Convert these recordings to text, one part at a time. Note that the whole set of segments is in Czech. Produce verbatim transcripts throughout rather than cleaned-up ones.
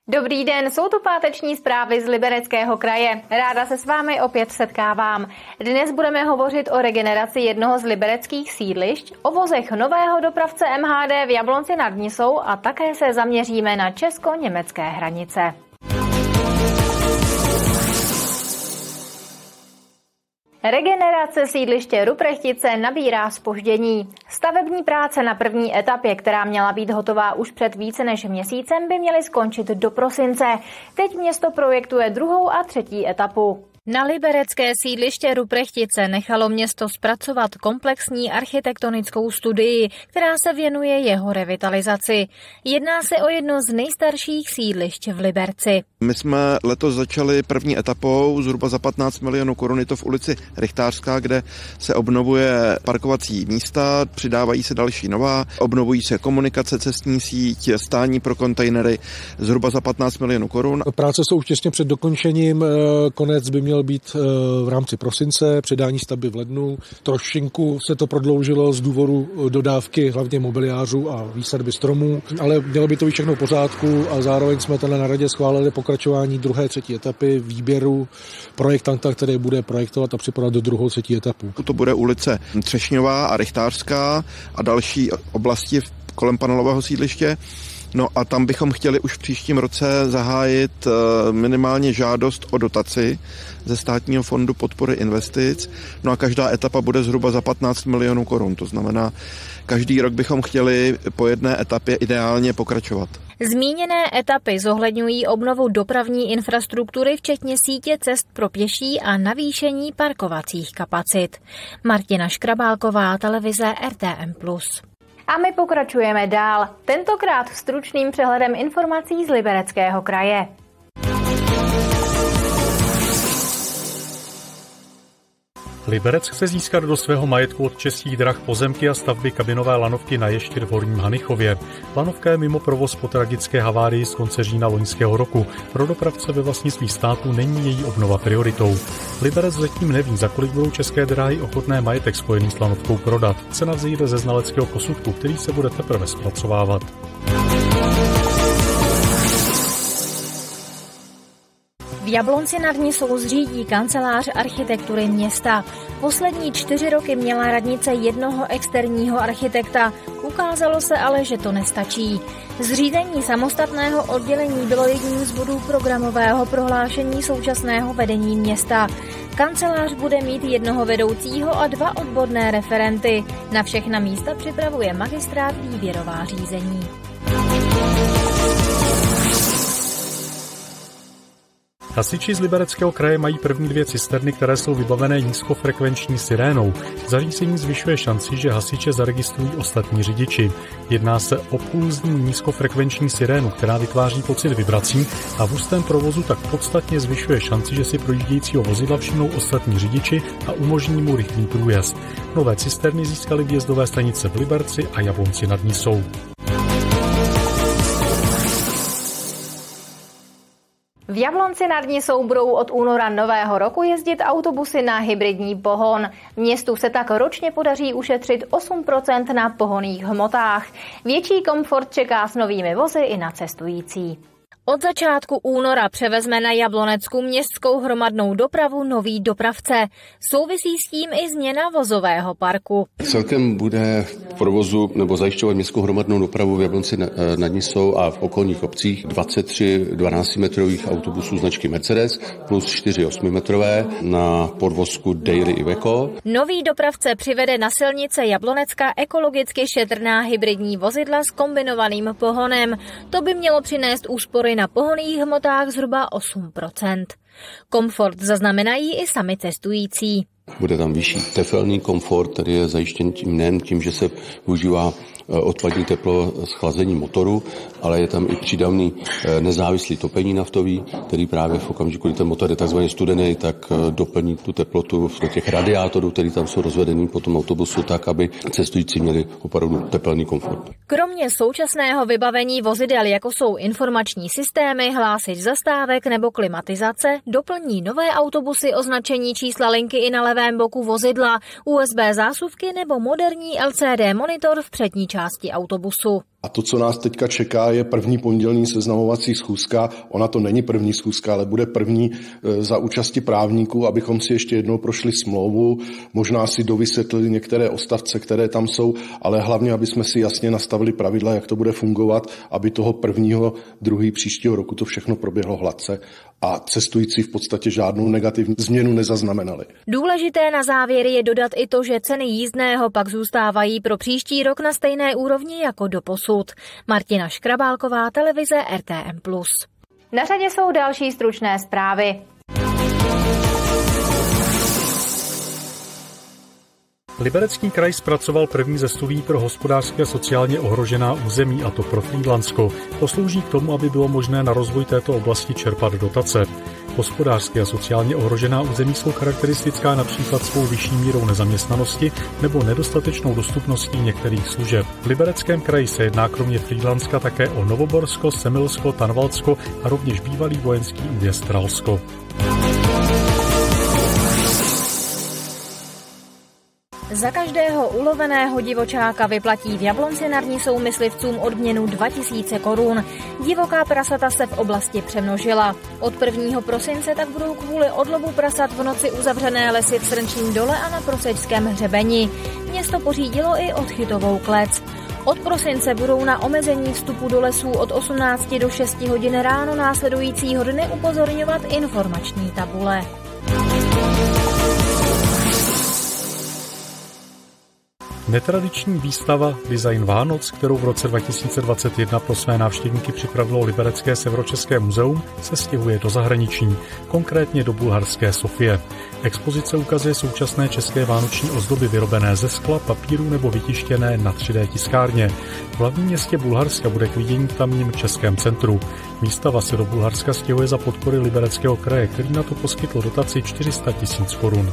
Dobrý den, jsou tu páteční zprávy z Libereckého kraje. Ráda se s vámi opět setkávám. Dnes budeme hovořit o regeneraci jednoho z libereckých sídlišť, o vozech nového dopravce M H D v Jablonci nad Nisou a také se zaměříme na česko-německé hranice. Regenerace sídliště Ruprechtice nabírá zpoždění. Stavební práce na první etapě, která měla být hotová už před více než měsícem, by měly skončit do prosince. Teď město projektuje druhou a třetí etapu. Na liberecké sídliště Ruprechtice nechalo město zpracovat komplexní architektonickou studii, která se věnuje jeho revitalizaci. Jedná se o jedno z nejstarších sídlišť v Liberci. My jsme letos začali první etapou, zhruba za patnáct milionů korun, je to v ulici Richtářská, kde se obnovuje parkovací místa, přidávají se další nová, obnovují se komunikace, cestní síť, stání pro kontejnery, zhruba za patnáct milionů korun. Práce jsou už těsně před dokončením, konec by měl být v rámci prosince, předání stavby v lednu. Trošinku se to prodloužilo z důvodu dodávky hlavně mobiliářů a výsadby stromů, ale mělo by to být všechno v pořádku a zároveň jsme tady na radě schválili pokračování druhé, třetí etapy výběru projektanta, který bude projektovat a připravovat do druhou, třetí etapu. To bude ulice Třešňová a Richtářská a další oblasti kolem panelového sídliště. No a tam bychom chtěli už v příštím roce zahájit minimálně žádost o dotaci ze Státního fondu podpory investic. No a každá etapa bude zhruba za patnáct milionů korun. To znamená, každý rok bychom chtěli po jedné etapě ideálně pokračovat. Zmíněné etapy zohledňují obnovu dopravní infrastruktury, včetně sítě cest pro pěší a navýšení parkovacích kapacit. Martina Škrabálková, televize R T M plus. A my pokračujeme dál, tentokrát stručným přehledem informací z Libereckého kraje. Liberec chce získat do svého majetku od Českých drah pozemky a stavby kabinové lanovky na Ještěd v Horním Hanichově. Lanovka je mimo provoz po tragické havárii z konce října loňského roku. Pro dopravce ve vlastnictví státu není její obnova prioritou. Liberec zatím neví, za kolik budou České dráhy ochotné majetek spojený s lanovkou prodat. Cena vzejde ze znaleckého posudku, který se bude teprve zpracovávat. V Jablonci nad Nisou zřídí kancelář architektury města. Poslední čtyři roky měla radnice jednoho externího architekta. Ukázalo se ale, že to nestačí. Zřízení samostatného oddělení bylo jedním z bodů programového prohlášení současného vedení města. Kancelář bude mít jednoho vedoucího a dva odborné referenty. Na všechna místa připravuje magistrát výběrová řízení. Hasiči z Libereckého kraje mají první dvě cisterny, které jsou vybavené nízkofrekvenční sirénou. Zařízení zvyšuje šanci, že hasiče zaregistrují ostatní řidiči. Jedná se o pulzní nízkofrekvenční sirénu, která vytváří pocit vibrací a v hustém provozu tak podstatně zvyšuje šanci, že si projíždějícího vozidla všimnou ostatní řidiči a umožní mu rychlý průjezd. Nové cisterny získaly vjezdové stanice v Liberci a Jablonci nad Nisou. V Jablonci nad Nisou budou od února nového roku jezdit autobusy na hybridní pohon. Městu se tak ročně podaří ušetřit osm procent na pohonných hmotách. Větší komfort čeká s novými vozy i na cestující. Od začátku února převezme na Jablonecku městskou hromadnou dopravu nový dopravce. Souvisí s tím i změna vozového parku. Celkem bude v provozu nebo zajišťovat městskou hromadnou dopravu v Jablonci nad Nisou a v okolních obcích dvacet tři dvanáctimetrových autobusů značky Mercedes plus čtyři osmimetrové na podvozku Daily Iveco. Nový dopravce přivede na silnice Jablonecka ekologicky šetrná hybridní vozidla s kombinovaným pohonem. To by mělo přinést úspory na pohonných hmotách zhruba osm procent. Komfort zaznamenají i sami cestující. Bude tam vyšší teplný komfort, který je zajištěn tím nejen tím, že se využívá odpadní teplo z chlazení motoru, ale je tam i přídavný nezávislý topení naftový, který právě v okamžiku, kdy ten motor je takzvaně studený, tak doplní tu teplotu do těch radiátorů, které tam jsou rozvedený po tom autobusu, tak, aby cestující měli opravdu teplný komfort. Kromě současného vybavení vozidel, jako jsou informační systémy, hlásič zastávek nebo klimatizace, doplní nové autobusy označení čísla linky i na levém boku vozidla, U S B zásuvky nebo moderní L C D monitor v přední části autobusu. A to, co nás teďka čeká, je první pondělní seznamovací schůzka. Ona to není první schůzka, ale bude první za účasti právníků, abychom si ještě jednou prošli smlouvu, možná si dovysvětlili některé odstavce, které tam jsou, ale hlavně, aby jsme si jasně nastavili pravidla, jak to bude fungovat, aby toho prvního, druhý příštího roku to všechno proběhlo hladce a cestující v podstatě žádnou negativní změnu nezaznamenali. Důležité na závěr je dodat i to, že ceny jízdného pak zůstávají pro příští rok na stejné úrovni jako doposud. Martina Škrabálková, televize R T M plus. Na řadě jsou další stručné zprávy. Liberecký kraj zpracoval první ze studií pro hospodářské sociálně ohrožená území, a to pro Frýdlantsko. Poslouží k tomu, aby bylo možné na rozvoj této oblasti čerpat dotace. Hospodářské a sociálně ohrožená území jsou charakteristická například svou vyšší mírou nezaměstnanosti nebo nedostatečnou dostupností některých služeb. V Libereckém kraji se jedná kromě Frýdlantska také o Novoborsko, Semilsko, Tanvaldsko a rovněž bývalý vojenský újezd Tralsko. Za každého uloveného divočáka vyplatí v Jablonci nad Nisou myslivcům odměnu dva tisíce korun. Divoká prasata se v oblasti přemnožila. Od prvního prosince tak budou kvůli odlovu prasat v noci uzavřené lesy v Srnčím dole a na Prosečském hřebeni. Město pořídilo i odchytovou klec. Od prosince budou na omezení vstupu do lesů od osmnácti do šesti hodin ráno následujícího dne upozorňovat informační tabule. Netradiční výstava Design Vánoc, kterou v roce dva tisíce dvacet jedna pro své návštěvníky připravilo Liberecké Severočeské muzeum, se stěhuje do zahraničí, konkrétně do bulharské Sofie. Expozice ukazuje současné české vánoční ozdoby vyrobené ze skla, papíru nebo vytištěné na tři dé tiskárně. V hlavním městě Bulharska bude k vidění v tamním českém centru. Výstava se do Bulharska stěhuje za podpory Libereckého kraje, který na to poskytl dotaci čtyři sta tisíc korun.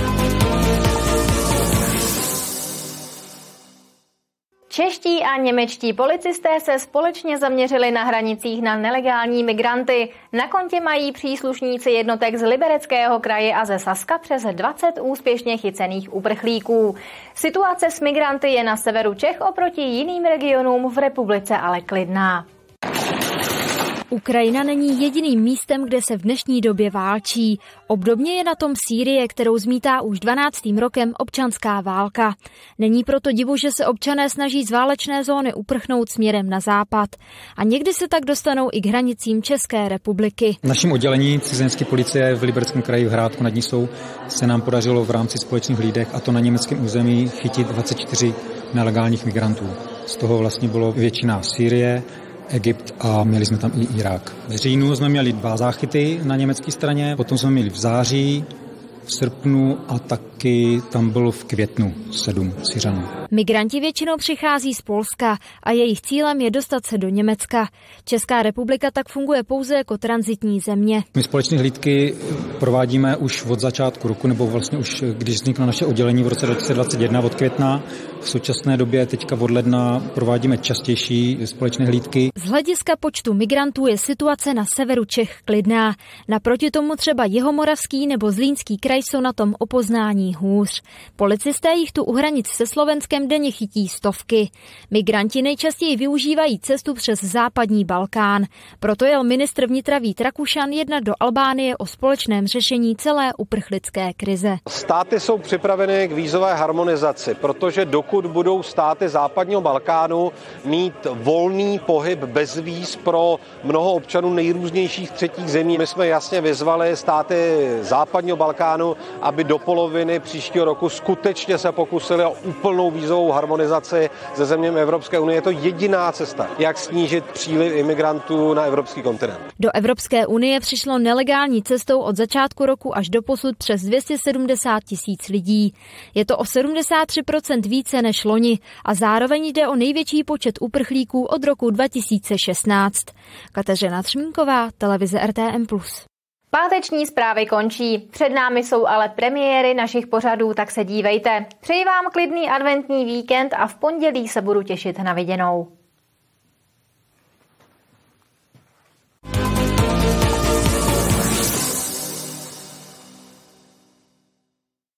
Čeští a němečtí policisté se společně zaměřili na hranicích na nelegální migranty. Na kontě mají příslušníci jednotek z Libereckého kraje a ze Saska přes dvacet úspěšně chycených uprchlíků. Situace s migranty je na severu Čech oproti jiným regionům v republice ale klidná. Ukrajina není jediným místem, kde se v dnešní době válčí. Obdobně je na tom Sýrie, kterou zmítá už dvanáctým rokem občanská válka. Není proto divu, že se občané snaží z válečné zóny uprchnout směrem na západ. A někdy se tak dostanou i k hranicím České republiky. V našem oddělení cizinecké policie v Libereckém kraji v Hrádku nad Nisou se nám podařilo v rámci společných hlídek, a to na německém území, chytit dvacet čtyři nelegálních migrantů. Z toho vlastně bylo většina Sýrie, Egypt a měli jsme tam i Irák. V říjnu jsme měli dva záchyty na německé straně, potom jsme měli v září, v srpnu a taky tam bylo v květnu sedm Syřanů. Migranti většinou přichází z Polska a jejich cílem je dostat se do Německa. Česká republika tak funguje pouze jako tranzitní země. My společné hlídky provádíme už od začátku roku, nebo vlastně už když vzniklo naše oddělení v roce dva tisíce dvacet jedna od května. V současné době teďka od ledna provádíme častější společné hlídky. Z hlediska počtu migrantů je situace na severu Čech klidná. Naproti tomu třeba Jihomoravský nebo Zlínský kraj jsou na tom o poznání hůř. Policisté jich tu u hranic se Slovenskem denně chytí stovky. Migranti nejčastěji využívají cestu přes západní Balkán. Proto jel ministr vnitra Vít Rakušan jednat do Albánie o společném řešení celé uprchlické krize. Státy jsou připraveny k vízové harmonizaci, protože dokud budou státy západního Balkánu mít volný pohyb bez víz pro mnoho občanů nejrůznějších třetích zemí, my jsme jasně vyzvali státy západního Balkánu, aby do poloviny příštího roku skutečně se pokusili o úplnou vízovou harmonizaci se zeměmi Evropské unie. Je to jediná cesta, jak snížit příliv imigrantů na evropský kontinent. Do Evropské unie přišlo nelegální cestou od začátku roku až do posud přes dvě stě sedmdesát tisíc lidí. Je to o sedmdesát tři procent více než loni a zároveň jde o největší počet uprchlíků od roku dva tisíce šestnáct. Kateřina Třmínková, televize R T M plus. Páteční zprávy končí. Před námi jsou ale premiéry našich pořadů, tak se dívejte. Přeji vám klidný adventní víkend a v pondělí se budu těšit na viděnou.